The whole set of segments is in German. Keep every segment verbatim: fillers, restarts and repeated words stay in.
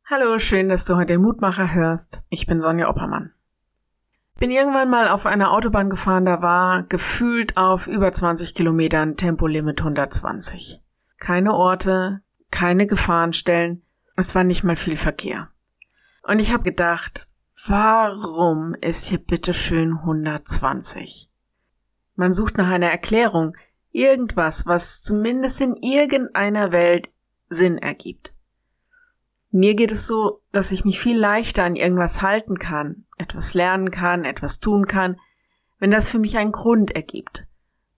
Hallo, schön, dass du heute den Mutmacher hörst. Ich bin Sonja Oppermann. Bin irgendwann mal auf einer Autobahn gefahren, da war gefühlt auf über zwanzig Kilometern Tempolimit hundertzwanzig. Keine Orte, keine Gefahrenstellen, es war nicht mal viel Verkehr. Und ich habe gedacht, warum ist hier bitteschön hundertzwanzig? Man sucht nach einer Erklärung, irgendwas, was zumindest in irgendeiner Welt Sinn ergibt. Mir geht es so, dass ich mich viel leichter an irgendwas halten kann, etwas lernen kann, etwas tun kann, wenn das für mich einen Grund ergibt.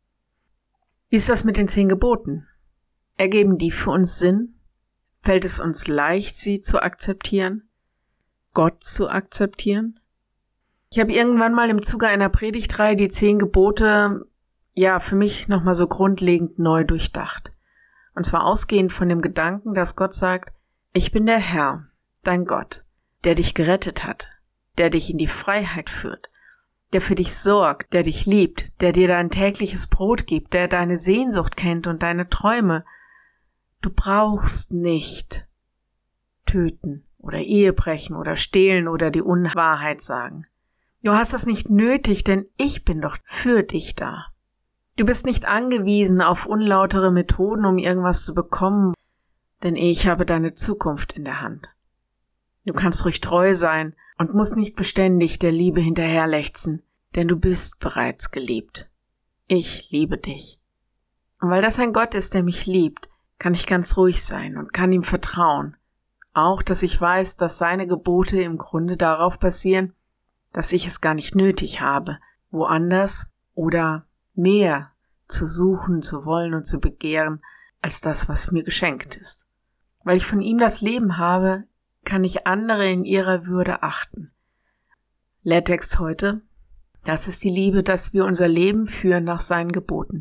Wie ist das mit den zehn Geboten? Ergeben die für uns Sinn? Fällt es uns leicht, sie zu akzeptieren? Gott zu akzeptieren? Ich habe irgendwann mal im Zuge einer Predigtreihe die zehn Gebote, ja, für mich nochmal so grundlegend neu durchdacht. Und zwar ausgehend von dem Gedanken, dass Gott sagt, ich bin der Herr, dein Gott, der dich gerettet hat, der dich in die Freiheit führt, der für dich sorgt, der dich liebt, der dir dein tägliches Brot gibt, der deine Sehnsucht kennt und deine Träume. Du brauchst nicht töten oder Ehebrechen oder stehlen oder die Unwahrheit sagen. Du hast das nicht nötig, denn ich bin doch für dich da. Du bist nicht angewiesen auf unlautere Methoden, um irgendwas zu bekommen, denn ich habe deine Zukunft in der Hand. Du kannst ruhig treu sein und musst nicht beständig der Liebe hinterherlechzen, denn du bist bereits geliebt. Ich liebe dich. Und weil das ein Gott ist, der mich liebt, kann ich ganz ruhig sein und kann ihm vertrauen. Auch, dass ich weiß, dass seine Gebote im Grunde darauf basieren, dass ich es gar nicht nötig habe, woanders oder mehr zu suchen, zu wollen und zu begehren, als das, was mir geschenkt ist. Weil ich von ihm das Leben habe, kann ich andere in ihrer Würde achten. Lehrtext heute: Das ist die Liebe, dass wir unser Leben führen nach seinen Geboten.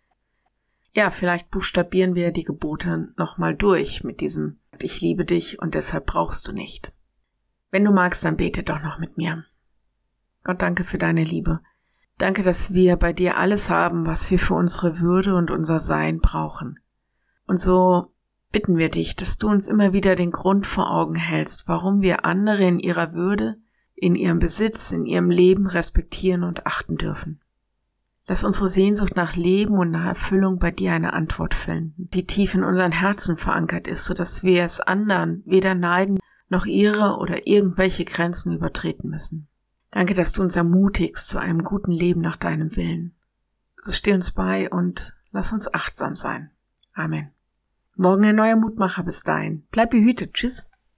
Ja, vielleicht buchstabieren wir die Gebote nochmal durch mit diesem Ich liebe dich und deshalb brauchst du nicht. Wenn du magst, dann bete doch noch mit mir. Gott, danke für deine Liebe. Danke, dass wir bei dir alles haben, was wir für unsere Würde und unser Sein brauchen. Und so bitten wir dich, dass du uns immer wieder den Grund vor Augen hältst, warum wir andere in ihrer Würde, in ihrem Besitz, in ihrem Leben respektieren und achten dürfen. Lass unsere Sehnsucht nach Leben und nach Erfüllung bei dir eine Antwort finden, die tief in unseren Herzen verankert ist, sodass wir es anderen weder neiden noch ihre oder irgendwelche Grenzen übertreten müssen. Danke, dass du uns ermutigst zu einem guten Leben nach deinem Willen. So steh uns bei und lass uns achtsam sein. Amen. Morgen ein neuer Mutmacher. Bis dahin. Bleib behütet. Tschüss.